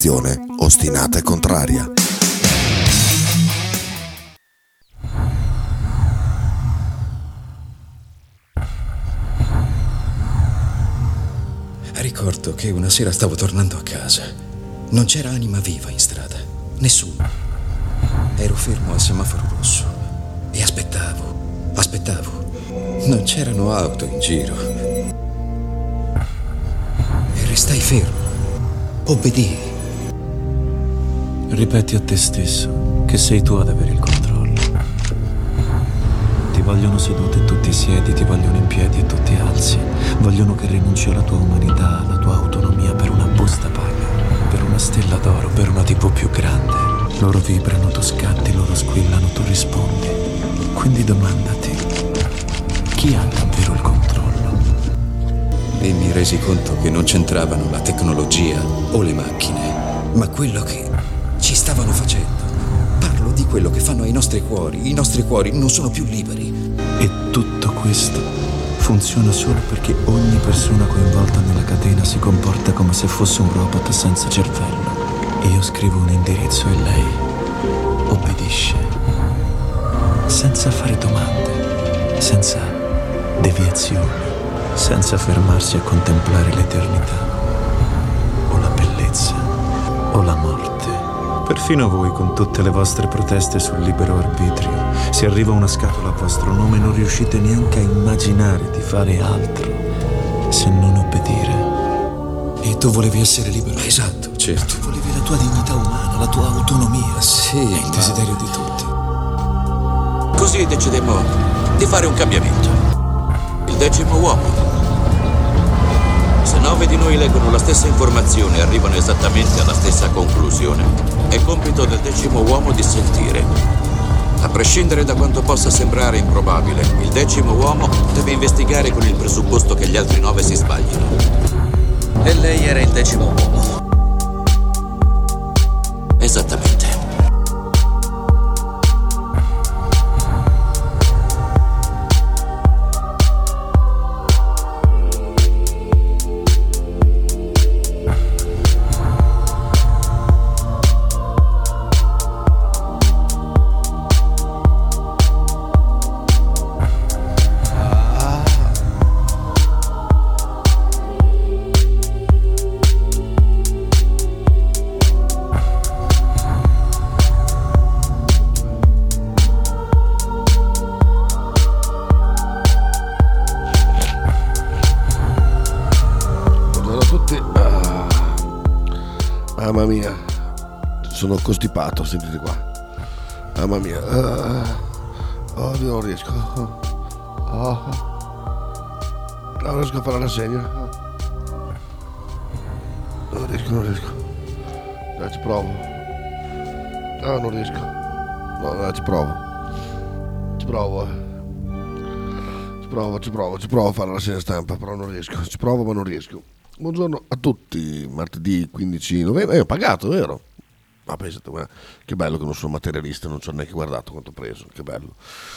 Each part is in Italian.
trasmissione ostinata e contraria. Ricordo che una sera stavo tornando a casa. Non c'era anima viva in strada, nessuno. Ero fermo al semaforo rosso e aspettavo. Non c'erano auto in giro. E restai fermo. Obbedii. Ripeti a te stesso che sei tu ad avere il controllo. Ti vogliono seduto e tu ti siedi, ti vogliono in piedi e tu ti alzi. Vogliono che rinunci alla tua umanità, alla tua autonomia per una busta paga, per una stella d'oro, per una TV più grande. Loro vibrano, tu scatti, loro squillano, tu rispondi. Quindi domandati, chi ha davvero il controllo? E mi resi conto che non c'entravano la tecnologia o le macchine, ma quello che ci stavano facendo. Parlo di quello che fanno ai nostri cuori. I nostri cuori non sono più liberi. E tutto questo funziona solo perché ogni persona coinvolta nella catena si comporta come se fosse un robot senza cervello. Io scrivo un indirizzo e lei obbedisce, senza fare domande, senza deviazioni, senza fermarsi a contemplare l'eternità, o la bellezza, o la morte. Perfino voi, con tutte le vostre proteste sul libero arbitrio, se arriva una scatola a vostro nome non riuscite neanche a immaginare di fare altro se non obbedire. E tu volevi essere libero? Esatto, certo. Tu volevi la tua dignità umana, la tua autonomia. Sì, è il desiderio di tutti. Così decidemmo di fare un cambiamento. Il 10° uomo. Se 9 di noi leggono la stessa informazione e arrivano esattamente alla stessa conclusione, è compito del 10° uomo di sentire. A prescindere da quanto possa sembrare improbabile, il 10° uomo deve investigare con il presupposto che gli altri 9 si sbaglino. E lei era il 10° uomo. Esattamente. Mamma mia, sono costipato, sentite qua. Mamma mia, non riesco. Non riesco a fare la rassegna. Non riesco. Dai, ci provo. No, non riesco. No, dai, ci provo. Ci provo a fare la rassegna stampa, però non riesco. Ci provo, ma non riesco. Buongiorno a tutti, martedì 15 novembre, ho pagato, vero? Ma pensate, ma che bello che non sono materialista, non ci ho neanche guardato quanto ho preso, che bello.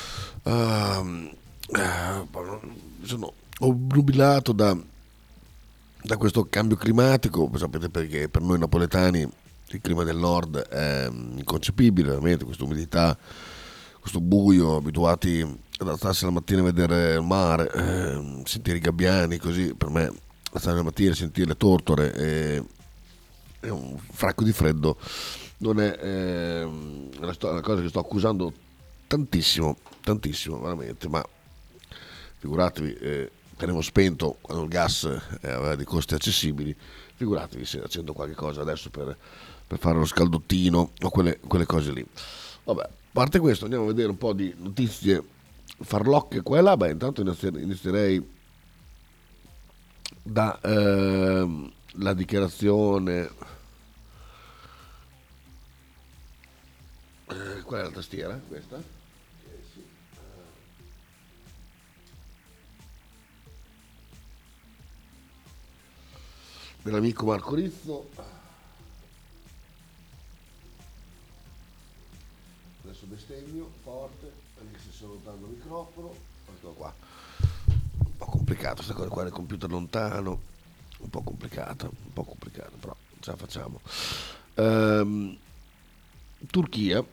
Sono obnubilato da questo cambio climatico, sapete, perché per noi napoletani il clima del nord è inconcepibile, veramente, questa umidità, questo buio, abituati ad alzarsi la mattina a vedere il mare, sentire i gabbiani, così, per me stare la mattina a sentire le tortore e un fracco di freddo non è una cosa che sto accusando tantissimo, veramente, ma figuratevi, tenevo spento quando il gas aveva dei costi accessibili, figuratevi se accendo qualche cosa adesso per fare lo scaldottino o quelle cose lì. Vabbè, a parte questo, andiamo a vedere un po' di notizie farlocche qua e là. Beh, intanto inizierei da la dichiarazione. Qual è la tastiera? Questa? Sì. Dell'amico Marco Rizzo. Adesso bestemmio forte, anche se sto lontano il microfono. Eccolo qua. Un po' complicato questa cosa qua, il computer lontano, un po' complicata, però ce la facciamo. Turchia,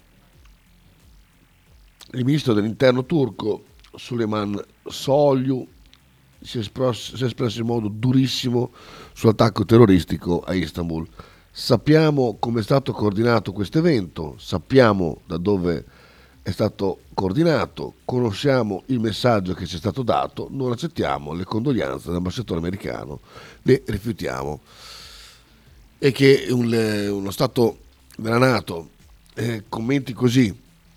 il ministro dell'interno turco Süleyman Soylu si è espresso in modo durissimo sull'attacco terroristico a Istanbul. Sappiamo come è stato coordinato questo evento, sappiamo da dove è stato coordinato, conosciamo il messaggio che ci è stato dato, non accettiamo le condoglianze dell'ambasciatore americano, le rifiutiamo. E che uno Stato della NATO commenti così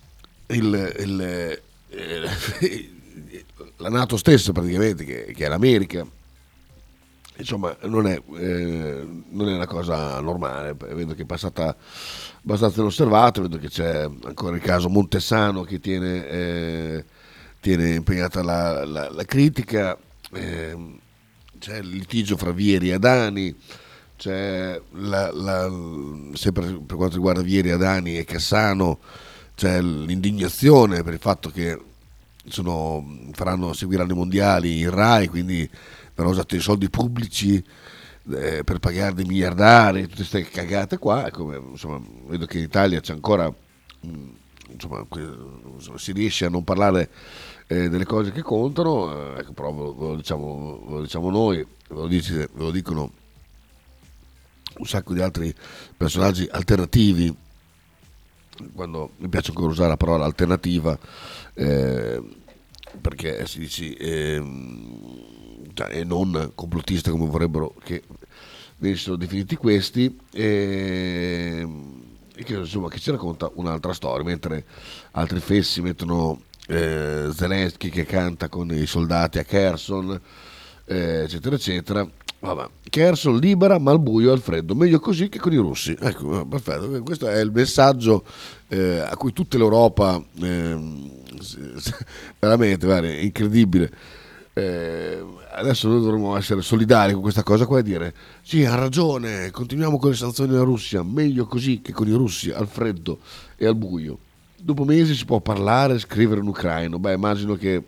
la NATO stessa praticamente, che è l'America, insomma non è una cosa normale. Vedo che è passata abbastanza inosservata, vedo che c'è ancora il caso Montesano che tiene impegnata la critica, c'è il litigio fra Vieri e Adani, c'è sempre per quanto riguarda Vieri, Adani e Cassano, c'è l'indignazione per il fatto che seguiranno i mondiali in Rai, quindi verranno usati i soldi pubblici per pagare dei miliardari, tutte queste cagate qua. Insomma, vedo che in Italia c'è ancora, si riesce a non parlare delle cose che contano, però ve lo diciamo noi, ve lo dicono un sacco di altri personaggi alternativi. Quando mi piace ancora usare la parola alternativa, perché si dice e non complottista come vorrebbero che venissero definiti questi, e che ci racconta un'altra storia, mentre altri fessi mettono Zelensky che canta con i soldati a Kherson, eccetera eccetera. Vabbè. Kherson libera ma al buio, al freddo, meglio così che con i russi. Ecco, perfetto, questo è il messaggio a cui tutta l'Europa veramente incredibile. Adesso noi dovremmo essere solidari con questa cosa qua e dire sì, ha ragione, continuiamo con le sanzioni alla Russia, meglio così che con i russi al freddo e al buio. Dopo mesi si può parlare e scrivere in ucraino. Immagino che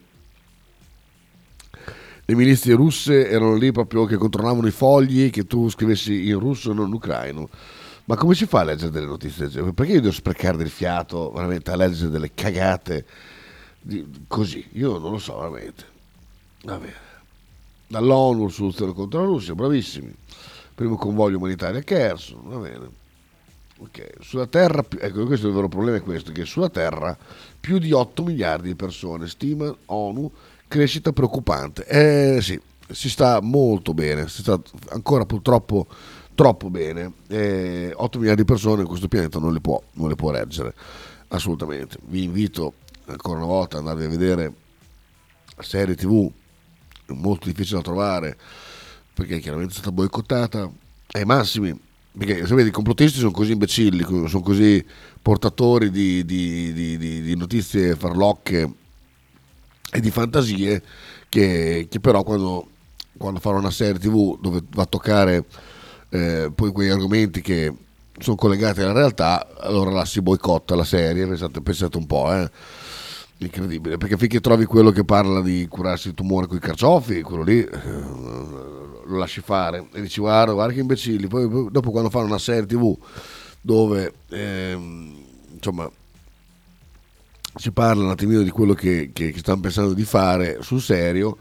le milizie russe erano lì proprio che controllavano i fogli, che tu scrivessi in russo e non in ucraino. Ma come si fa a leggere delle notizie? Perché io devo sprecare del fiato veramente a leggere delle cagate così? Io non lo so veramente. Vabbè. Dall'ONU soluzione contro la Russia, bravissimi. Primo convoglio umanitario a Kherson, va bene. Ok, sulla Terra, ecco, questo è il vero problema, è questo, che sulla Terra più di 8 miliardi di persone, stima ONU, crescita preoccupante. Sì, si sta molto bene, si sta ancora purtroppo troppo bene. 8 miliardi di persone in questo pianeta non le può reggere, assolutamente. Vi invito ancora una volta ad andare a vedere serie TV, molto difficile da trovare, perché chiaramente è stata boicottata ai massimi, perché sapete, i complottisti sono così imbecilli, sono così portatori di notizie farlocche e di fantasie che però quando fanno una serie TV dove va a toccare poi quegli argomenti che sono collegati alla realtà, allora là si boicotta la serie. Pensate un po', incredibile, perché finché trovi quello che parla di curarsi il tumore con i carciofi, quello lì lo lasci fare e dici guarda che imbecilli. Poi dopo, quando fanno una serie TV dove insomma si parla un attimino di quello che stanno pensando di fare sul serio,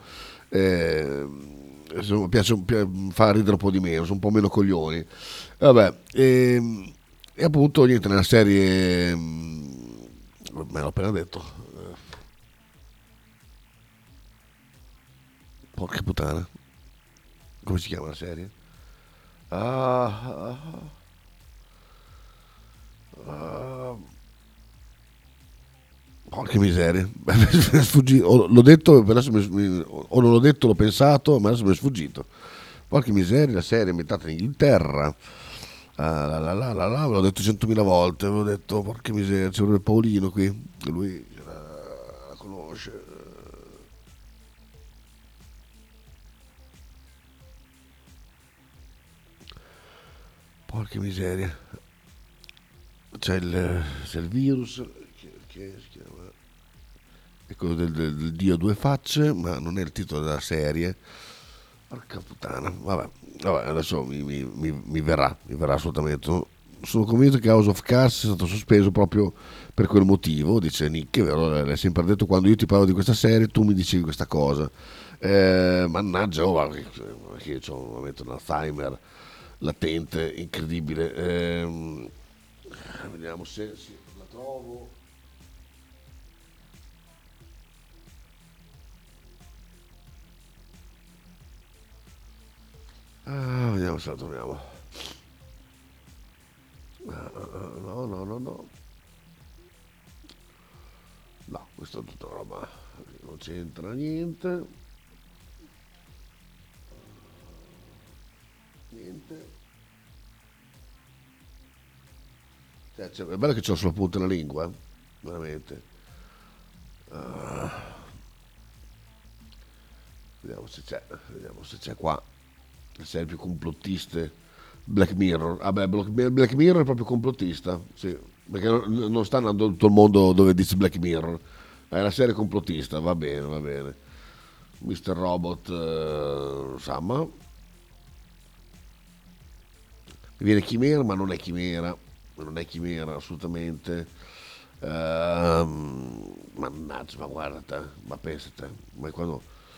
piace far ridere un po' di meno, sono un po' meno coglioni. Vabbè, e appunto niente, nella serie me l'ho appena detto, porca puttana, come si chiama la serie? Porca miseria, l'ho detto, adesso o non l'ho detto, l'ho pensato, ma adesso mi è sfuggito. Porca miseria, la serie è ambientata in Inghilterra. L'ho detto 100.000 volte, avevo detto porca miseria, c'è il Paolino qui, lui la conosce. Porca miseria, c'è il virus che si chiama, è quello del Dio a due facce, ma non è il titolo della serie. Porca puttana, vabbè, adesso mi verrà assolutamente, sono convinto che House of Cards sia stato sospeso proprio per quel motivo, dice Nick, è vero, l'hai sempre detto, quando io ti parlo di questa serie tu mi dicevi questa cosa. Mannaggia, che io ho un Alzheimer latente, incredibile. Vediamo se la trovo. Vediamo se la troviamo. No. No, questa è tutta roba, non c'entra niente. Cioè, è bello che c'ho sulla punta della lingua, veramente. Vediamo se c'è qua le serie più complottiste. Black Mirror. Black Mirror è proprio complottista, sì, perché non sta andando tutto il mondo dove dice Black Mirror. È la serie complottista, va bene. Mr. Robot, insomma. Mi viene chimera, ma non è chimera assolutamente. Mannaggia, ma guarda, ma pensate, ma quando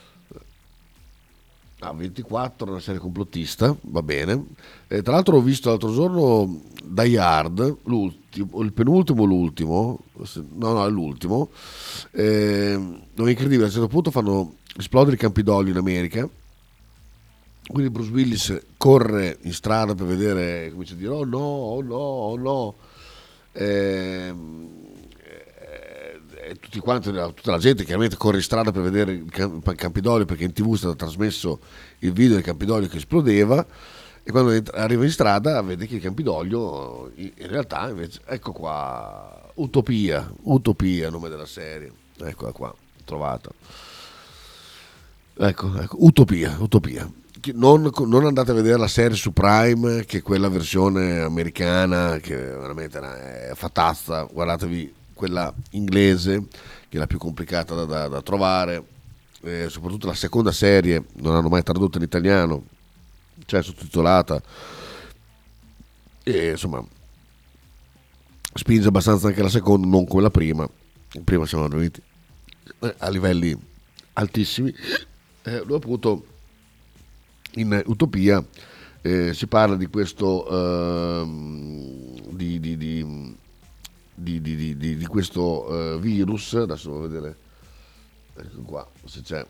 24 è una serie complottista, va bene. Tra l'altro ho visto l'altro giorno Die Hard, il penultimo o l'ultimo, no, è l'ultimo, dove è incredibile, a un certo punto fanno esplodere i Campidoglio in America, quindi Bruce Willis corre in strada per vedere, comincia a dire oh no, tutti quanti, tutta la gente chiaramente corre in strada per vedere il Campidoglio, perché in TV è stato trasmesso il video del Campidoglio che esplodeva, e quando arriva in strada vede che il Campidoglio in realtà invece, ecco qua, Utopia, nome della serie, eccola qua, trovata, ecco Utopia. Non andate a vedere la serie su Prime, che è quella versione americana che veramente è fatazza, guardatevi quella inglese, che è la più complicata da trovare, soprattutto la seconda serie non hanno mai tradotto in italiano, cioè sottotitolata, e insomma spinge abbastanza anche la seconda, non come la prima siamo arrivati a livelli altissimi. Dove appunto in Utopia si parla di questo di questo virus. Adesso devo vedere, ecco qua se c'è,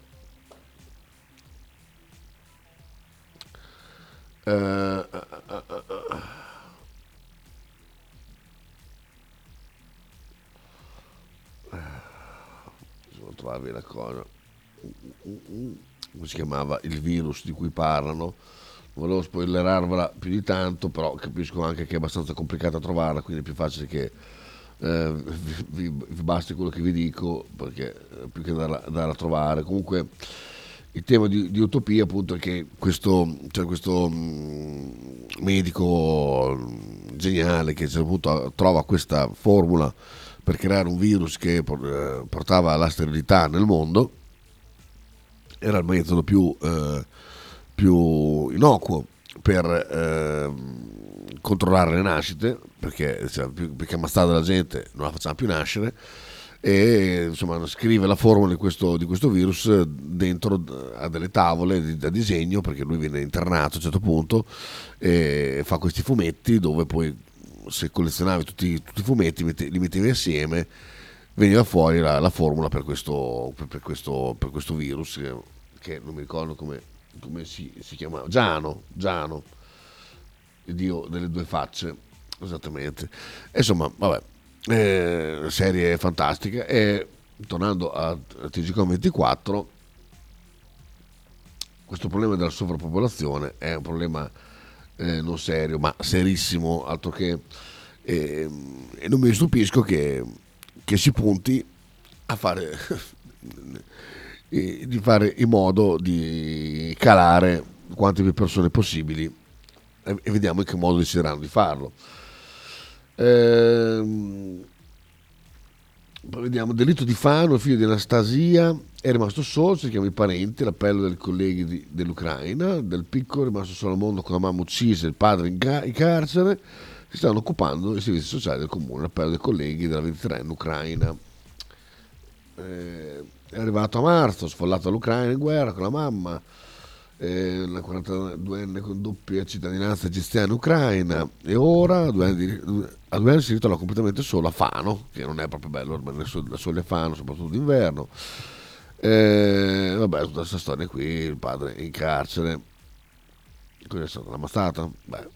devo trovarvi la cosa, come si chiamava il virus di cui parlano. Non volevo spoilerarvela più di tanto, però capisco anche che è abbastanza complicata trovarla, quindi è più facile che vi basti quello che vi dico, perché più che andare a trovare. Comunque il tema di Utopia appunto è che questo medico geniale che appunto trova questa formula per creare un virus che portava alla sterilità nel mondo. Era il metodo più innocuo per controllare le nascite, perché ammazzare la gente non la facciamo più nascere, e insomma scrive la formula di questo virus dentro a delle tavole da disegno, perché lui viene internato a un certo punto e fa questi fumetti dove poi, se collezionavi tutti i fumetti, li mettevi assieme, veniva fuori la formula per questo virus, che non mi ricordo come si chiamava, Giano, il dio delle due facce, esattamente. E insomma, vabbè, serie fantastica. E tornando a TGCOM 24, questo problema della sovrappopolazione è un problema non serio, ma serissimo, altro che, e non mi stupisco che si punti a fare di fare in modo di calare quante più persone possibili, e vediamo in che modo decideranno di farlo. Vediamo, delitto di Fano, figlio di Anastasia, è rimasto solo, cerchiamo i parenti, l'appello dei colleghi dell'Ucraina, del piccolo è rimasto solo al mondo con la mamma uccisa, il padre in carcere, si stanno occupando i servizi sociali del comune, l'appello dei colleghi della 23enne ucraina. È arrivato a marzo, sfollato all'Ucraina in guerra con la mamma, la 42enne con doppia cittadinanza egiziana ucraina, e ora a 2 anni si ritrova completamente solo a Fano, che non è proprio bello ormai da soli a Fano, soprattutto d'inverno. Vabbè, tutta questa storia qui, il padre in carcere. Cosa è stata ammazzata?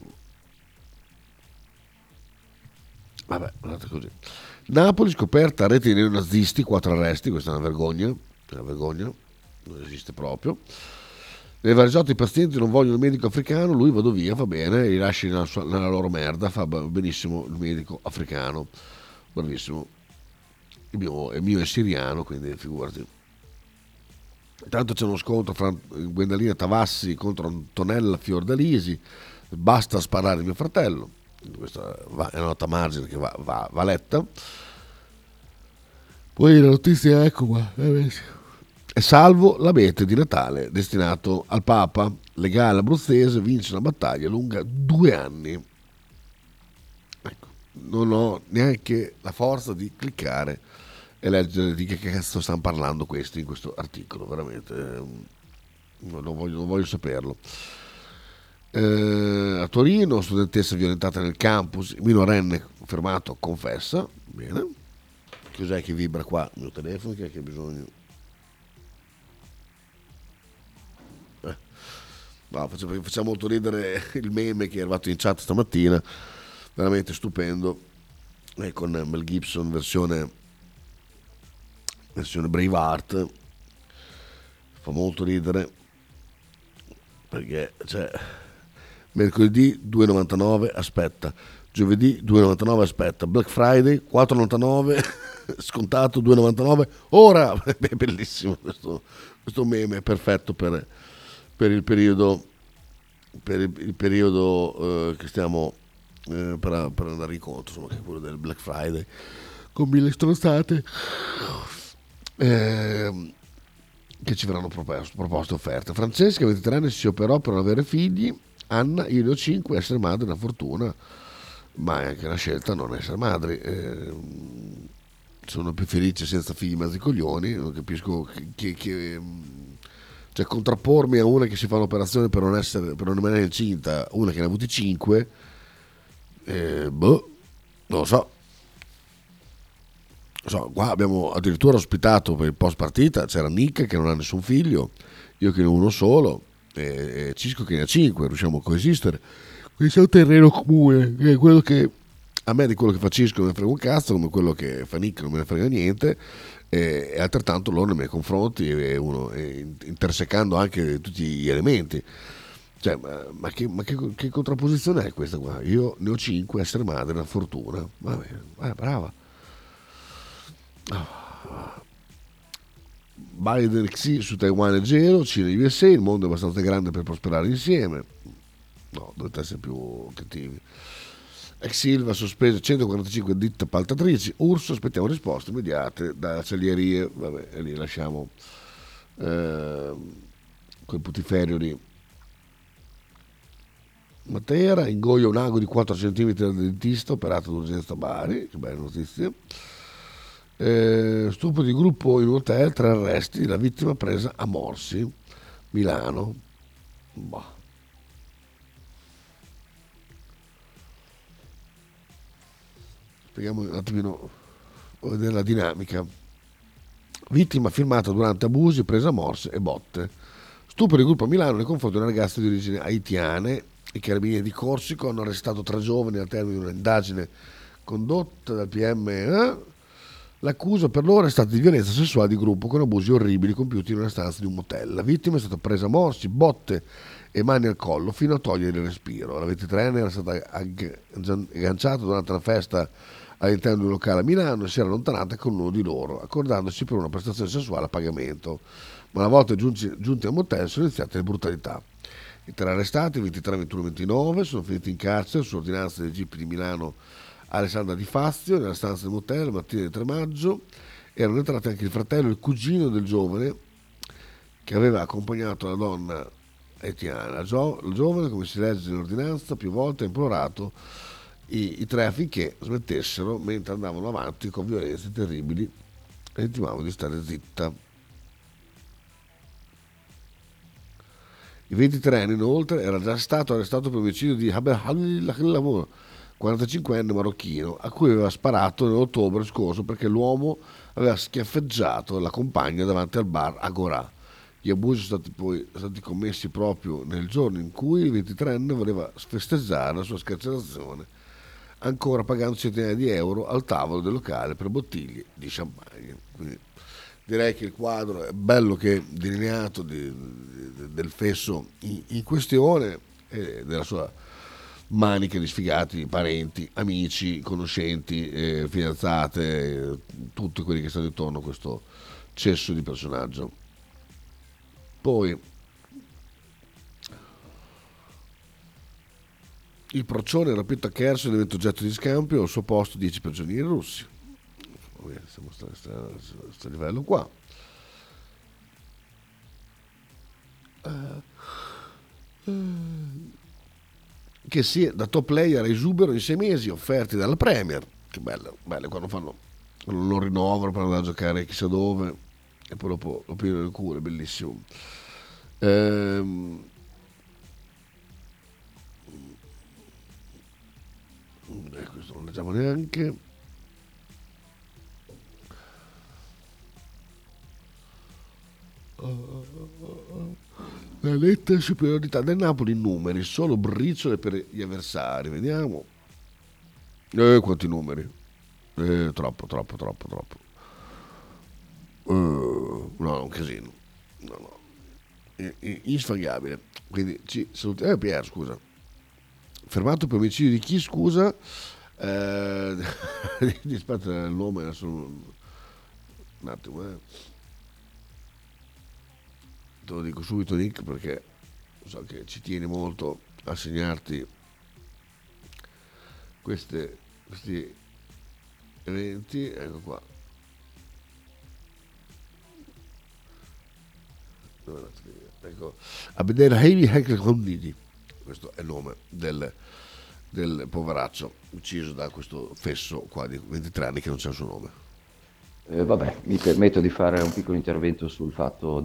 Vabbè, guardate così. Napoli scoperta rete di neonazisti, 4 arresti, questa è una vergogna, non esiste proprio. Nel Vargesotto i pazienti non vogliono il medico africano, lui vado via, va bene, li lasci nella loro merda, fa benissimo il medico africano, bravissimo. Il mio è siriano, quindi figurati. Intanto c'è uno scontro fra Gwendalina Tavassi contro Antonella Fiordalisi, basta sparare mio fratello. Questa è una nota a margine che va letta. Poi la notizia, ecco qua, è salvo l'abete di Natale destinato al Papa. Legale abruzzese vince una battaglia lunga 2 anni. Ecco, non ho neanche la forza di cliccare e leggere di che cazzo stanno parlando questi in questo articolo, veramente non voglio saperlo. A Torino, studentessa violentata nel campus, minorenne fermato, confessa. Bene. Cos'è che vibra qua? Il mio telefono, che ha bisogno? No, facciamo molto ridere il meme che è arrivato in chat stamattina, veramente stupendo, con Mel Gibson versione Braveheart. Fa molto ridere perché mercoledì 2,99 aspetta, giovedì 2,99 aspetta, Black Friday 4,99 scontato 2,99 ora. È bellissimo questo meme, è perfetto per il periodo che stiamo per andare incontro, insomma, che è quello del Black Friday, con 1000 stronzate che ci verranno proposte offerte. Francesca, 23 anni, si operò per non avere figli. Anna, io ne ho 5, essere madre è una fortuna, ma è anche una scelta non essere madri. Sono più felice senza figli mezzi coglioni, non capisco cioè contrappormi a una che si fa un'operazione per non rimanere incinta, una che ne ha avuti 5, non lo so. Qua abbiamo addirittura ospitato per il post partita, c'era Nick che non ha nessun figlio, io che ne ho uno solo, e Cisco che ne ha 5, riusciamo a coesistere. Quindi c'è un terreno comune, che è quello che a me di quello che fa Cisco non me ne frega un cazzo, come quello che fa Nick non me ne frega niente, e altrettanto loro nei miei confronti, intersecando anche tutti gli elementi. Cioè, ma che contrapposizione è questa qua? Io ne ho 5, essere madre è una fortuna. Va bene, brava. Biden sì, su Taiwan è 0, Cina e USA, il mondo è abbastanza grande per prosperare insieme. No, dovete essere più cattivi. Ex Silva sospese 145 ditte appaltatrici. Urso, aspettiamo risposte immediate da acciaierie. Vabbè, e lì lasciamo quei putiferio lì. Matera, ingoia un ago di 4 cm dal dentista operato d'urgenza a Bari. Che belle notizie. Stupro di gruppo in un hotel, 3 arresti, la vittima presa a Morsi, Milano. Spieghiamo un attimino, voglio vedere la dinamica. Vittima filmata durante abusi, presa a morse e botte. Stupro di gruppo a Milano nei confronti di una ragazza di origine haitiane. I carabinieri di Corsico hanno arrestato 3 giovani al termine di un'indagine condotta dal PM. L'accusa per loro è stata di violenza sessuale di gruppo con abusi orribili compiuti in una stanza di un motel. La vittima è stata presa a morsi, botte e mani al collo fino a togliere il respiro. La 23enne era stata agganciata durante una festa all'interno di un locale a Milano e si era allontanata con uno di loro, accordandosi per una prestazione sessuale a pagamento. Ma una volta giunti al motel sono iniziate le brutalità. I 3 arrestati, 23, 21 e 29, sono finiti in carcere su ordinanza del GIP di Milano Alessandra Di Fazio, nella stanza del motel la mattina del 3 maggio. Erano entrati anche il fratello e il cugino del giovane che aveva accompagnato la donna haitiana. Il giovane, come si legge nell'ordinanza, più volte ha implorato i tre affinché smettessero mentre andavano avanti con violenze terribili e intimavano di stare zitta. Il 23enne inoltre era già stato arrestato per omicidio di Abdelhamid, 45enne marocchino, a cui aveva sparato nell'ottobre scorso perché l'uomo aveva schiaffeggiato la compagna davanti al bar Agorà. Gli abusi sono stati commessi proprio nel giorno in cui il 23enne voleva festeggiare la sua scarcerazione, ancora pagando centinaia di euro al tavolo del locale per bottiglie di champagne. Quindi direi che il quadro è bello che delineato del fesso in questione e della sua manica di sfigati, parenti, amici, conoscenti, fidanzate, tutti quelli che stanno intorno a questo cesso di personaggio. Poi il procione rapito a Kherson diventa oggetto di scambio, al suo posto 10 prigionieri russi. Siamo a questo livello qua. Che sia da top player a esubero in 6 mesi offerti dalla Premier. Che bello quando lo rinnovano per andare a giocare chissà dove e poi dopo lo pigliano nel culo, è bellissimo. Questo non leggiamo neanche. La netta superiorità del Napoli in numeri, solo briciole per gli avversari, vediamo. Quanti numeri? Troppo. No, un casino. No. Insfangabile. Quindi ci salutiamo. Pier, scusa. Fermato per omicidio di chi, scusa? Aspetta il nome adesso. Un attimo, te lo dico subito, Nick, perché so che ci tieni molto a segnarti questi eventi. Ecco qua. Ecco, Abdelhamid Hekondidi, questo è il nome del poveraccio ucciso da questo fesso qua di 23 anni che non c'è il suo nome. Mi permetto di fare un piccolo intervento sul fatto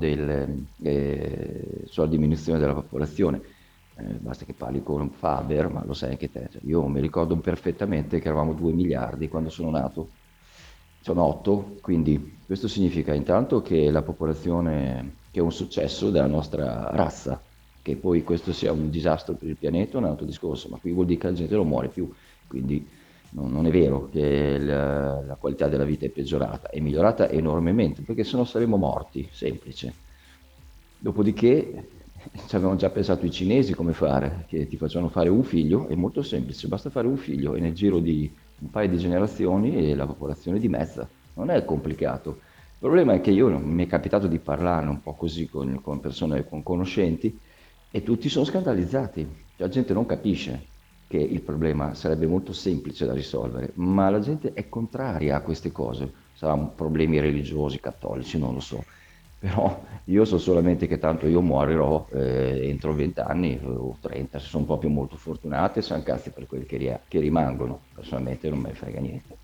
sulla diminuzione della popolazione. Basta che parli con Faber, ma lo sai anche te. Cioè, io mi ricordo perfettamente che eravamo 2 miliardi quando sono nato, sono 8, quindi questo significa intanto che la popolazione, che è un successo della nostra razza, che poi questo sia un disastro per il pianeta è un altro discorso, ma qui vuol dire che la gente non muore più, quindi non è vero che la qualità della vita è peggiorata, è migliorata enormemente, perché sennò saremmo morti, semplice. Dopodiché ci avevano già pensato i cinesi come fare, che ti facevano fare un figlio, è molto semplice, basta fare un figlio e nel giro di un paio di generazioni la popolazione dimezza, non è complicato. Il problema è che io mi è capitato di parlare un po' così con persone, con conoscenti, e tutti sono scandalizzati, cioè, la gente non capisce che il problema sarebbe molto semplice da risolvere, ma la gente è contraria a queste cose. Saranno problemi religiosi, cattolici, non lo so, però io so solamente che tanto io morirò entro 20 anni o 30, se sono proprio molto fortunate, sono cazzi per quelli che rimangono, personalmente non me ne frega niente.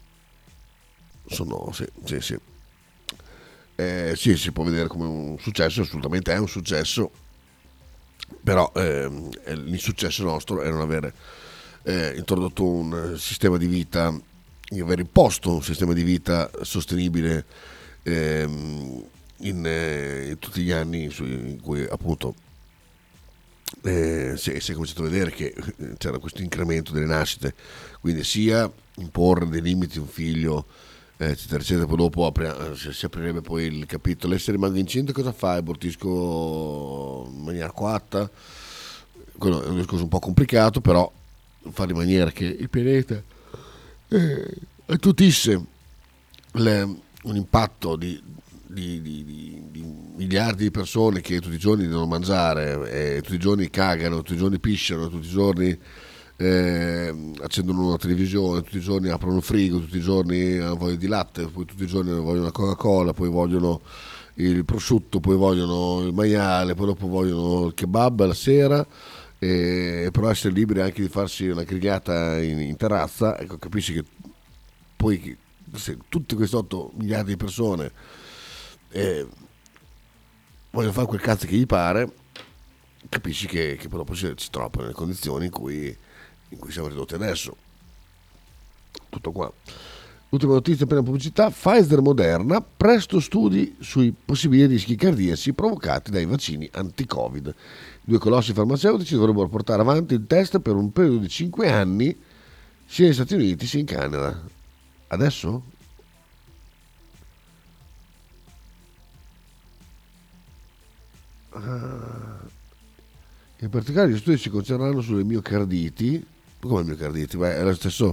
Sì, si può vedere come un successo, assolutamente è un successo, però l'insuccesso nostro è non avere introdotto un sistema di vita, aver imposto un sistema di vita sostenibile in tutti gli anni in cui appunto si è cominciato a vedere che c'era questo incremento delle nascite, quindi sia imporre dei limiti a un figlio eccetera eccetera. Poi dopo si aprirebbe poi il capitolo: se rimango incinta cosa fai? Abortisco in maniera coatta? Quello è un discorso un po' complicato, però fare in maniera che il pianeta attutisse un impatto di miliardi di persone che tutti i giorni devono mangiare, tutti i giorni cagano, tutti i giorni pisciano, tutti i giorni accendono una televisione, tutti i giorni aprono il frigo, tutti i giorni hanno voglia di latte, poi tutti i giorni vogliono la Coca-Cola, poi vogliono il prosciutto, poi vogliono il maiale, poi dopo vogliono il kebab la sera, però essere liberi anche di farsi una grigliata in terrazza, ecco, capisci che poi se tutte queste 8 miliardi di persone vogliono fare quel cazzo che gli pare, capisci che poi dopo si trova nelle condizioni in cui siamo ridotti adesso. Tutto qua. Ultima notizia per la pubblicità: Pfizer Moderna, presto studi sui possibili rischi cardiaci provocati dai vaccini anti-Covid. I 2 colossi farmaceutici dovrebbero portare avanti il test per un periodo di 5 anni sia negli Stati Uniti sia in Canada. Adesso? In particolare gli studi si concentreranno sulle miocarditi. Come miocarditi? Beh, è lo stesso.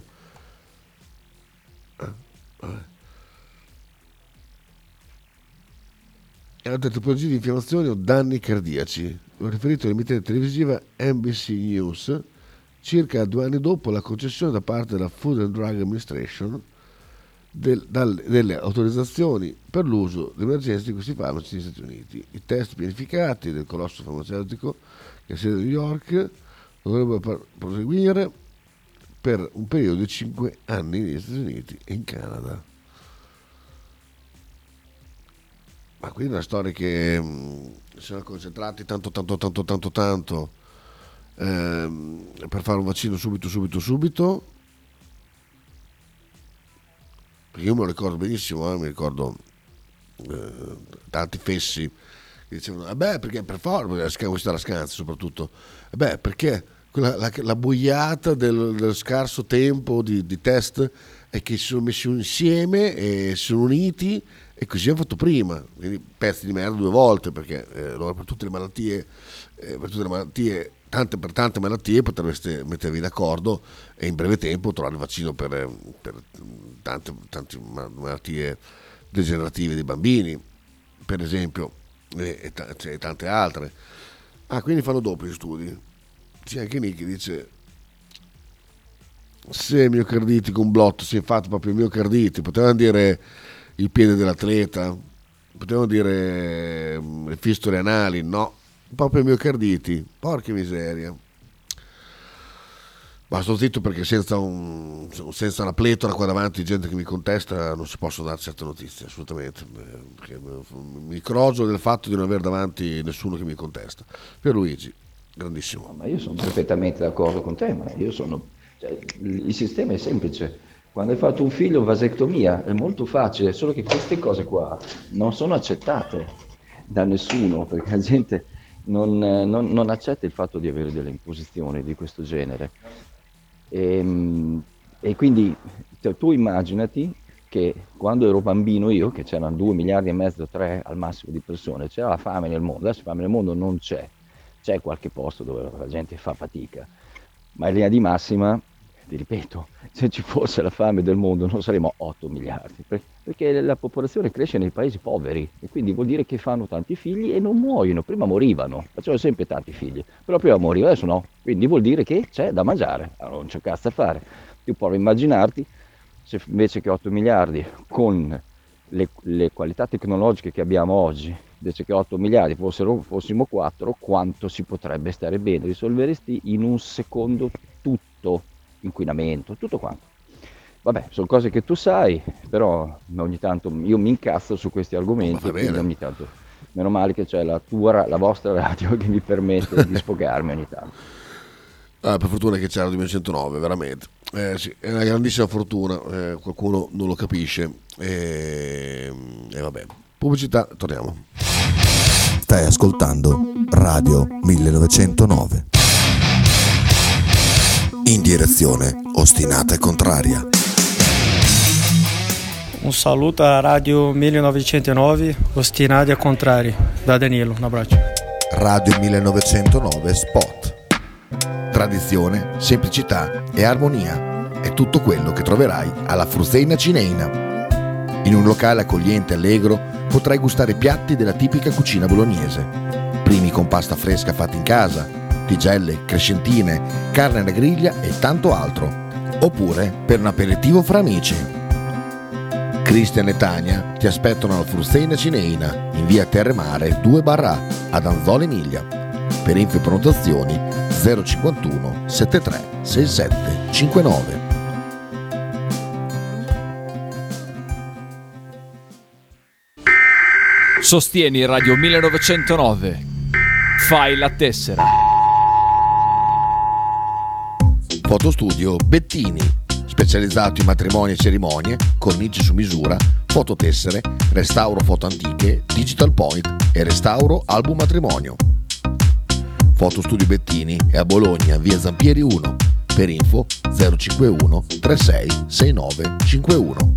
È altre tipologie di infiammazioni o danni cardiaci. Ho riferito all'emittente televisiva NBC News circa 2 anni dopo la concessione da parte della Food and Drug Administration delle autorizzazioni per l'uso d'emergenza di questi farmaci negli Stati Uniti. I test pianificati del colosso farmaceutico, che ha sede a New York, dovrebbero proseguire per un periodo di 5 anni negli Stati Uniti e in Canada. Ma quindi una storia che sono concentrati tanto per fare un vaccino subito, perché io me lo ricordo benissimo, mi ricordo tanti fessi che dicevano perché per forza, questa è la scansa soprattutto, perché la boiata del scarso tempo di test è che si sono messi insieme e si sono uniti e così hanno fatto prima, quindi pezzi di merda 2 volte, perché per tutte le malattie, per tante malattie potreste mettervi d'accordo e in breve tempo trovare il vaccino per tante malattie degenerative dei bambini, per esempio, e tante altre. Quindi fanno dopo gli studi. C'è anche Nicky dice: se miocarditi con blotto, si è fatto proprio miocarditi, potevano dire il piede dell'atleta, potevano dire le fistole anali, no, proprio miocarditi, porca miseria. Ma sto zitto perché senza una pletora qua davanti di gente che mi contesta non si possono dare certe notizie, assolutamente, perché mi crogio del fatto di non avere davanti nessuno che mi contesta. Pierluigi, grandissimo. Ma io sono perfettamente d'accordo con te, il sistema è semplice. Quando hai fatto un figlio, vasectomia, è molto facile, solo che queste cose qua non sono accettate da nessuno, perché la gente non accetta il fatto di avere delle imposizioni di questo genere. E quindi tu immaginati che quando ero bambino io, che c'erano 2 miliardi e mezzo, 3 al massimo di persone, c'era la fame nel mondo. Adesso fame nel mondo non c'è qualche posto dove la gente fa fatica, ma in linea di massima, ti ripeto, se ci fosse la fame del mondo non saremmo 8 miliardi, perché la popolazione cresce nei paesi poveri e quindi vuol dire che fanno tanti figli e non muoiono. Prima morivano, facevano sempre tanti figli, però prima morivano, adesso no, quindi vuol dire che c'è da mangiare, allora non c'è cazzo a fare. Tu puoi immaginarti se invece che 8 miliardi con le qualità tecnologiche che abbiamo oggi, invece che 8 miliardi fossimo 4, quanto si potrebbe stare bene, risolveresti in un secondo tutto, inquinamento, tutto quanto. Vabbè, sono cose che tu sai, però ogni tanto io mi incazzo su questi argomenti, quindi ogni tanto, meno male che c'è la vostra radio che mi permette di sfogarmi ogni tanto. Per fortuna che c'era il 2109, veramente. Sì, è una grandissima fortuna, qualcuno non lo capisce e vabbè. Pubblicità, torniamo. Stai ascoltando Radio 1909. In direzione ostinata e contraria. Un saluto a Radio 1909, ostinati e contrari. Da Danilo, un abbraccio. Radio 1909 Spot. Tradizione, semplicità e armonia è tutto quello che troverai alla Fruzeina Cineina. In un locale accogliente e allegro potrai gustare piatti della tipica cucina bolognese. Primi con pasta fresca fatta in casa, tigelle, crescentine, carne alla griglia e tanto altro. Oppure per un aperitivo fra amici. Cristian e Tania ti aspettano alla Fruzeina Cineina in via Terremare 2/A ad Anzola Emilia. Per info e prenotazioni 051 73 67 59. Sostieni Radio 1909. Fai la tessera. Fotostudio Bettini, specializzato in matrimoni e cerimonie, cornici su misura, fototessere, restauro foto antiche, digital point e restauro album matrimonio. Fotostudio Bettini è a Bologna, via Zampieri 1. Per info 051 36 69 51.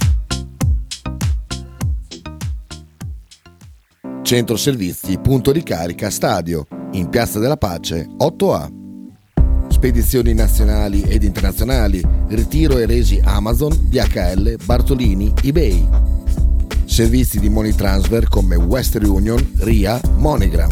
Centro Servizi Punto Ricarica Stadio, in Piazza della Pace 8A. Spedizioni nazionali ed internazionali, ritiro e resi Amazon, DHL, Bartolini, eBay. Servizi di money transfer come Western Union, RIA, MoneyGram.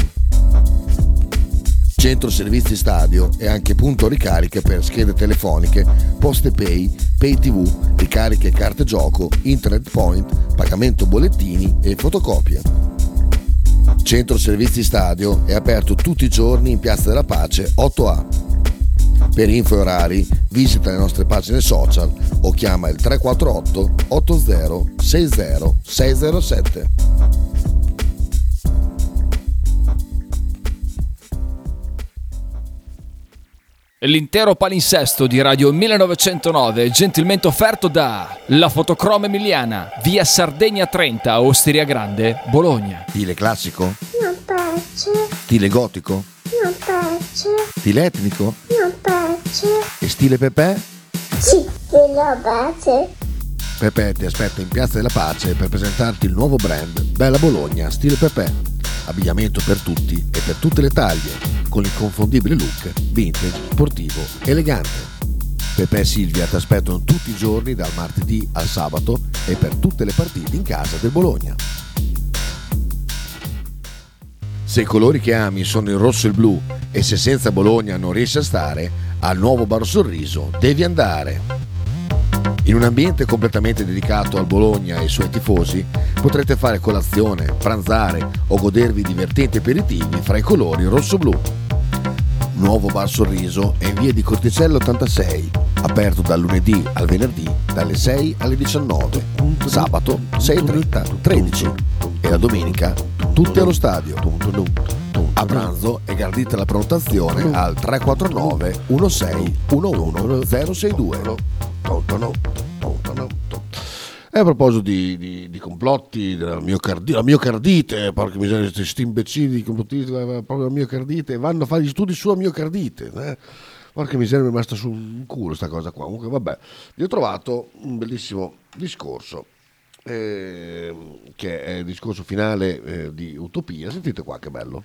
Centro Servizi Stadio è anche punto ricariche per schede telefoniche, poste pay, pay tv, ricariche carte gioco, internet point, pagamento bollettini e fotocopie. Centro Servizi Stadio è aperto tutti i giorni in Piazza della Pace 8A. Per info e orari visita le nostre pagine social o chiama il 348 80 60 607. L'intero palinsesto di Radio 1909 è gentilmente offerto da La Fotocroma Emiliana, via Sardegna 30, Osteria Grande, Bologna. Stile classico? Non piace. Stile gotico? Non piace. Stile etnico? Non piace. E stile Pepe? Sì, lo piace. Pepe ti aspetta in Piazza della Pace per presentarti il nuovo brand Bella Bologna Stile Pepe. Abbigliamento per tutti e per tutte le taglie, con l'inconfondibile look vintage, sportivo, elegante. Pepe e Silvia ti aspettano tutti i giorni dal martedì al sabato e per tutte le partite in casa del Bologna. Se i colori che ami sono il rosso e il blu e se senza Bologna non riesci a stare, al nuovo Bar Sorriso devi andare. In un ambiente completamente dedicato al Bologna e ai suoi tifosi, potrete fare colazione, pranzare o godervi divertenti aperitivi fra i colori rosso-blu. Nuovo Bar Sorriso è in via di Corticello 86, aperto dal lunedì al venerdì dalle 6 alle 19, sabato 6:30, 13 e la domenica tutti allo stadio. A pranzo è gradita la prenotazione al 349 16 11 062. E a proposito di complotti, della miocardite, porca miseria, questi imbecilli complottisti, proprio la miocardite, vanno a fare gli studi sulla miocardite, porca miseria, mi è rimasta sul culo sta cosa qua. Comunque vabbè, vi ho trovato un bellissimo discorso, che è il discorso finale di Utopia. Sentite qua che bello.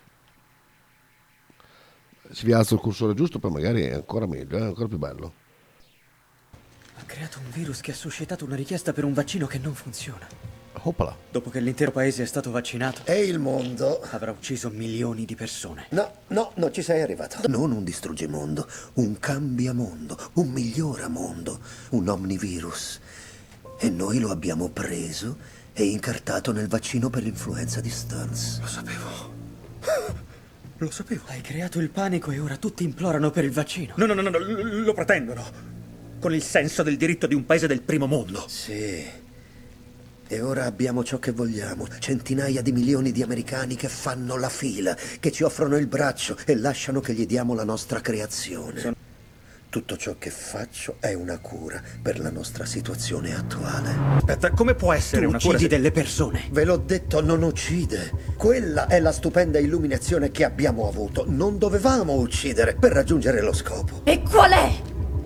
Se vi alzo il cursore giusto, poi magari è ancora meglio, è ancora più bello. Ha creato un virus che ha suscitato una richiesta per un vaccino che non funziona. Oppala. Dopo che l'intero paese è stato vaccinato. E il mondo avrà ucciso milioni di persone. No, non ci sei arrivato. Non un distruggemondo, un cambiamondo, un miglioramondo, un omnivirus. E noi lo abbiamo preso e incartato nel vaccino per l'influenza di Stans. Lo sapevo. Lo sapevo. Hai creato il panico e ora tutti implorano per il vaccino. No, lo pretendono. Con il senso del diritto di un paese del primo mondo. Sì. E ora abbiamo ciò che vogliamo. Centinaia di milioni di americani che fanno la fila, che ci offrono il braccio e lasciano che gli diamo la nostra creazione. Tutto ciò che faccio è una cura per la nostra situazione attuale. Aspetta, come può essere una cura? Uccidi delle persone. Ve l'ho detto, non uccide. Quella è la stupenda illuminazione che abbiamo avuto. Non dovevamo uccidere per raggiungere lo scopo. E qual è?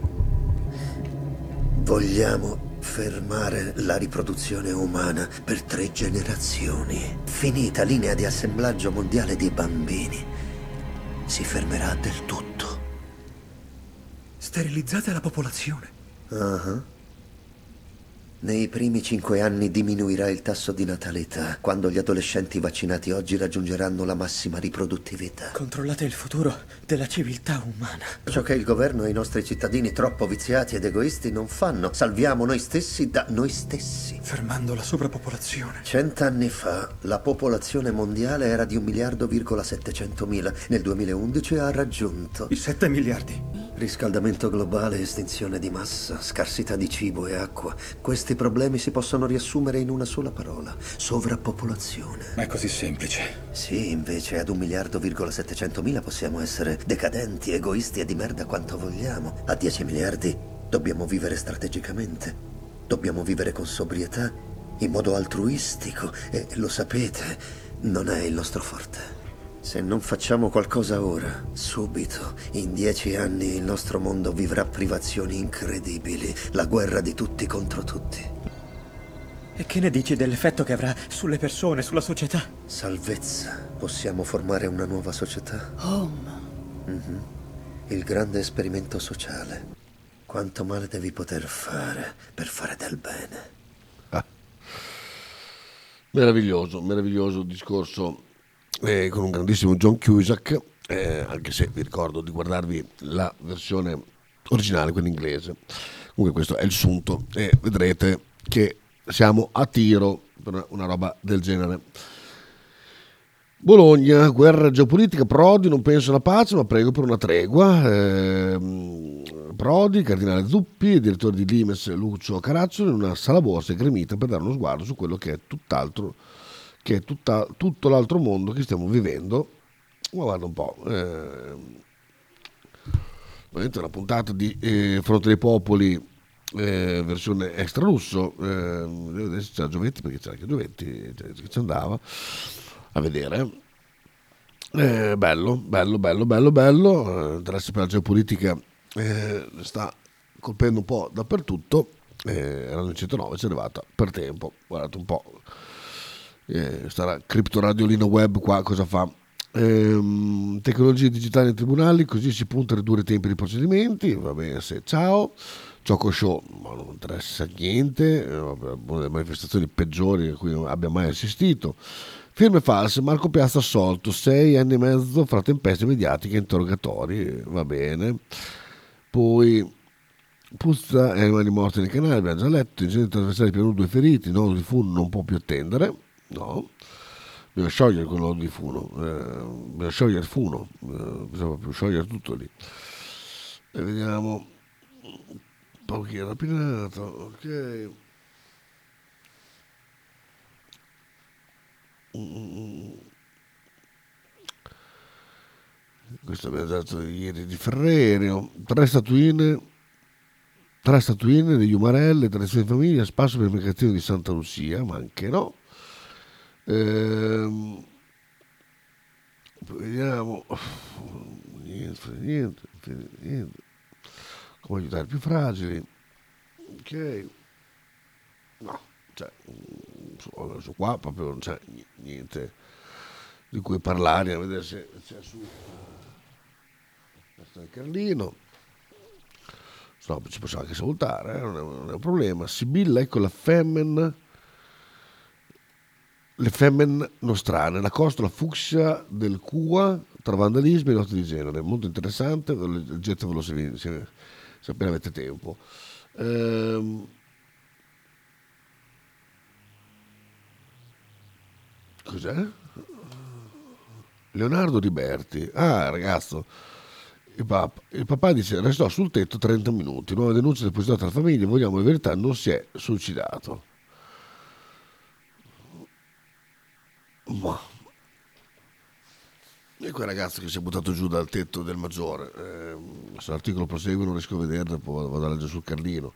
Vogliamo fermare la riproduzione umana per 3 generazioni. Finita linea di assemblaggio mondiale di bambini. Si fermerà del tutto. Sterilizzate la popolazione. Uh-huh. Nei primi 5 anni diminuirà il tasso di natalità, quando gli adolescenti vaccinati oggi raggiungeranno la massima riproduttività. Controllate il futuro della civiltà umana. Ciò che il governo e i nostri cittadini troppo viziati ed egoisti non fanno. Salviamo noi stessi da noi stessi. Fermando la sovrappopolazione. 100 anni fa la popolazione mondiale era di 1.700.000 miliardi. Nel 2011 ha raggiunto i 7 miliardi. Riscaldamento globale, estinzione di massa, scarsità di cibo e acqua. Questi problemi si possono riassumere in una sola parola: sovrappopolazione. È così semplice. Sì, invece ad 1.700.000 possiamo essere decadenti, egoisti e di merda quanto vogliamo. A 10 miliardi dobbiamo vivere strategicamente. Dobbiamo vivere con sobrietà, in modo altruistico e, lo sapete, non è il nostro forte. Se non facciamo qualcosa ora, subito, in 10 anni il nostro mondo vivrà privazioni incredibili, la guerra di tutti contro tutti. E che ne dici dell'effetto che avrà sulle persone, sulla società? Salvezza. Possiamo formare una nuova società? Home. Il grande esperimento sociale. Quanto male devi poter fare per fare del bene? Meraviglioso discorso. Con un grandissimo John Cusack, anche se vi ricordo di guardarvi la versione originale, quella inglese. Comunque questo è il sunto e vedrete che siamo a tiro per una roba del genere. Bologna, guerra geopolitica, Prodi non pensa alla pace ma prego per una tregua. Prodi, cardinale Zuppi, direttore di Limes Lucio Caracciolo in una sala borsa gremita per dare uno sguardo su quello che è tutt'altro, che è tutto l'altro mondo che stiamo vivendo. Ma guarda un po', una puntata di Fronte dei Popoli, versione extra russo. Adesso c'era Giovetti, perché c'era anche Giovetti che ci andava a vedere. Bello. Interesse per la geopolitica sta colpendo un po' dappertutto. Radio 109 ci è arrivata per tempo. Guardate un po'. Sta criptoradiolino web qua cosa fa? Tecnologie digitali nei tribunali, così si punta a ridurre i tempi dei procedimenti. Va bene, ciao. Gioco show, ma non interessa niente. Una delle manifestazioni peggiori a cui abbia mai assistito. Firme false, Marco Piazza assolto, 6 anni e mezzo fra tempeste mediatiche e interrogatori. Va bene. Poi puzza e animali morti nei canali, abbiamo già letto. Incendio trasversale per 2 feriti, nodo di Funo non può più attendere. No, bisogna sciogliere quello di Funo, bisogna sciogliere il Funo, bisogna proprio sciogliere tutto lì. E vediamo un po' chi era rapinato, ok. Questo abbiamo dato ieri di Ferrerio. 3 statuine degli Umarelle, tradizione di famiglia, spasso per il mercatino di Santa Lucia, ma anche no. Vediamo. Niente. Come aiutare i più fragili. Ok. No, cioè, su qua proprio non c'è niente di cui parlare, a vedere se c'è su il Carlino. No, ci possiamo anche salutare, non è un problema. Sibilla, ecco la le femmine nostrane, la costola fucsia del Cua tra vandalismi e lotte di genere. Molto interessante, leggetevelo se appena avete tempo. Cos'è? Leonardo Riberti. Ah, ragazzo. Il papà dice: restò sul tetto 30 minuti. Nuova denuncia depositata alla famiglia. Vogliamo la verità, non si è suicidato. Ma e quel ragazzo che si è buttato giù dal tetto del Maggiore, se l'articolo prosegue non riesco a vederlo, poi vado a leggere sul Carlino.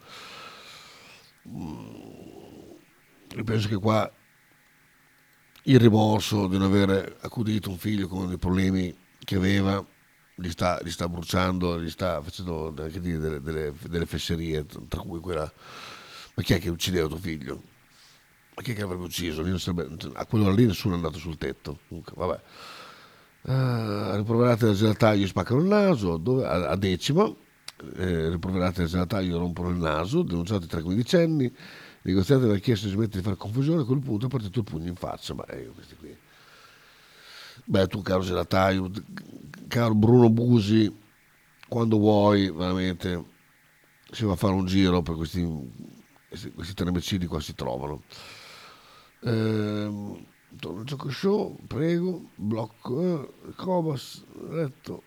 Io penso che qua il rimorso di non aver accudito un figlio con dei problemi che aveva gli sta bruciando, gli sta facendo anche dire delle fesserie, tra cui quella: ma chi è che uccideva tuo figlio? Ma chi è che l'avrebbe ucciso? A quell'ora lì nessuno è andato sul tetto. Comunque, vabbè. Riproverate da gelataio spaccano il naso, a Decima. Riproverate da gelataio rompono il naso, denunciati 3 quindicenni. Il negoziante aveva chiesto di smettere di fare confusione, a quel punto ha partito il pugno in faccia. Ma questi qui. Beh, tu caro gelataio, caro Bruno Busi, quando vuoi veramente si va a fare un giro per questi tenemecidi qua si trovano. Torno al gioco show, prego, blocco, Cobas, letto.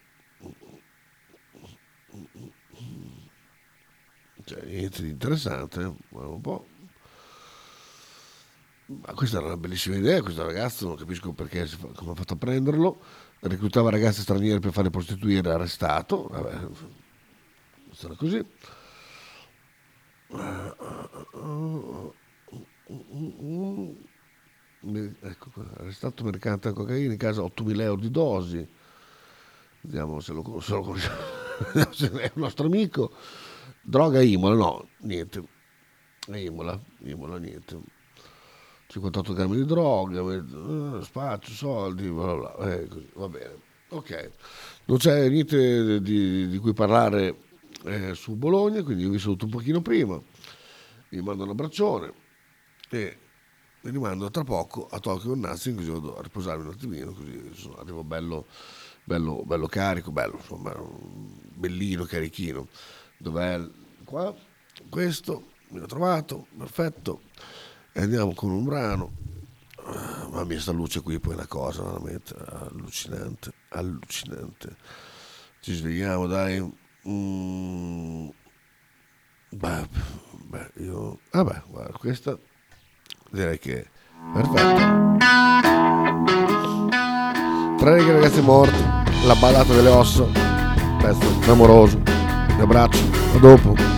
Cioè, niente di interessante, guarda un po'. Ma questa era una bellissima idea, questo ragazzo, non capisco perché come ha fatto a prenderlo, reclutava ragazze straniere per fare prostituire, arrestato, vabbè, sarà così. Ecco qua, arrestato mercante a cocaina in casa 8.000 euro di dosi, vediamo se lo conosciamo, se è un nostro amico. Droga Imola, no, niente, Imola niente, 58 grammi di droga, spazio, soldi, bla bla, così, va bene, ok, non c'è niente di cui parlare su Bologna, quindi io vi saluto un pochino prima, vi mando un abbraccione e vi rimando tra poco a Tokyo con Nazzi, così vado a riposarmi un attimino, così arrivo bello carico, bello, insomma, bellino, carichino. Dov'è? Qua, questo, mi ho trovato, perfetto, e andiamo con un brano. Mamma mia, sta luce qui poi è una cosa veramente allucinante. Ci svegliamo, dai. Beh, io... Vabbè, guarda, questa direi che è perfetta. Tre ragazzi morti, la ballata delle ossa, pezzo clamoroso. Un abbraccio, a dopo.